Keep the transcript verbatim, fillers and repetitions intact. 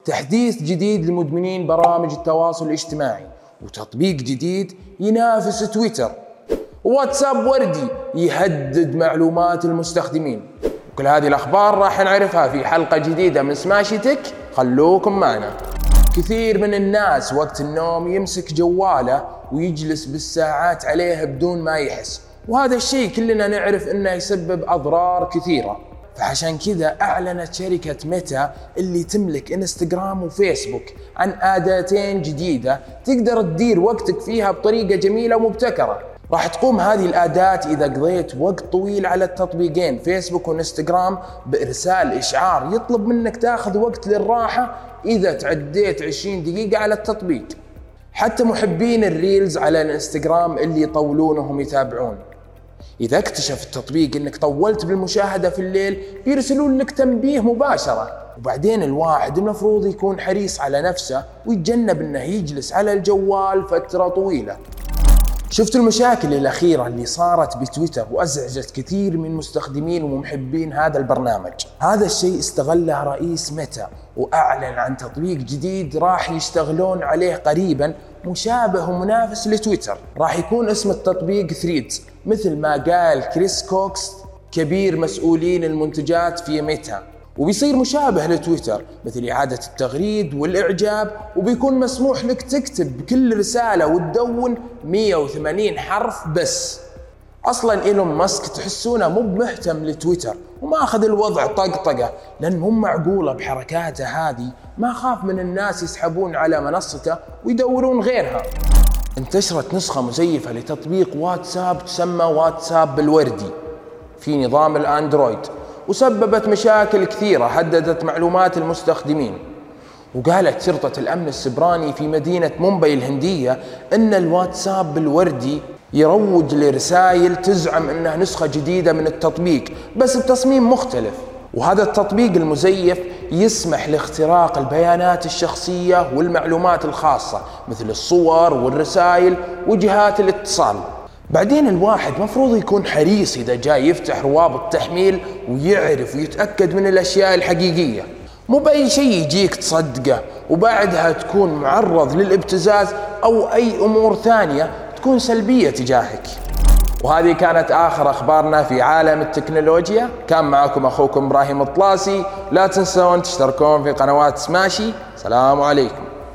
تحديث جديد لمدمنين برامج التواصل الاجتماعي، وتطبيق جديد ينافس تويتر، واتساب وردي يهدد معلومات المستخدمين. وكل هذه الأخبار راح نعرفها في حلقة جديدة من سماشي تك، خلوكم معنا. كثير من الناس وقت النوم يمسك جواله ويجلس بالساعات عليه بدون ما يحس، وهذا الشيء كلنا نعرف انه يسبب اضرار كثيرة. فعشان كذا اعلنت شركة ميتا اللي تملك انستغرام وفيسبوك عن اداتين جديدة تقدر تدير وقتك فيها بطريقة جميلة ومبتكرة. راح تقوم هذه الاداة اذا قضيت وقت طويل على التطبيقين فيسبوك وانستغرام بارسال اشعار يطلب منك تاخذ وقت للراحة اذا تعديت عشرين دقيقة على التطبيق. حتى محبين الريلز على الانستغرام اللي يطولونهم يتابعون، إذا اكتشف التطبيق إنك طولت بالمشاهدة في الليل بيرسلون لك تنبيه مباشرة. وبعدين الواحد المفروض يكون حريص على نفسه ويتجنب إنه يجلس على الجوال فترة طويلة. شفت المشاكل الأخيرة اللي صارت بتويتر وأزعجت كثير من مستخدمين ومحبين هذا البرنامج. هذا الشيء استغله رئيس ميتا وأعلن عن تطبيق جديد راح يشتغلون عليه قريبا مشابه ومنافس لتويتر. راح يكون اسم التطبيق ثريدز مثل ما قال كريس كوكس كبير مسؤولين المنتجات في ميتا، وبيصير مشابه لتويتر مثل إعادة التغريد والإعجاب، وبيكون مسموح لك تكتب بكل رسالة وتدون مية وثمانين حرف بس. أصلا إيلون ماسك تحسونه مو بمهتم لتويتر وما أخذ الوضع طقطقة، لأن مو معقولة بحركاته هذه ما خاف من الناس يسحبون على منصته ويدورون غيرها. انتشرت نسخة مزيفة لتطبيق واتساب تسمى واتساب الوردي في نظام الأندرويد، وسببت مشاكل كثيرة هددت معلومات المستخدمين. وقالت شرطة الأمن السبراني في مدينة مومباي الهندية أن الواتساب الوردي يروج لرسائل تزعم أنها نسخة جديدة من التطبيق بس بتصميم مختلف. وهذا التطبيق المزيف يسمح لاختراق البيانات الشخصية والمعلومات الخاصة مثل الصور والرسائل وجهات الاتصال. بعدين الواحد مفروض يكون حريص إذا جاي يفتح روابط تحميل ويعرف ويتأكد من الأشياء الحقيقية، مو بأي شيء يجيك تصدقه وبعدها تكون معرض للابتزاز أو أي أمور ثانية تكون سلبية تجاهك. وهذه كانت آخر أخبارنا في عالم التكنولوجيا. كان معكم أخوكم إبراهيم الطلاسي. لا تنسون تشتركون في قنوات سماشي. سلام عليكم.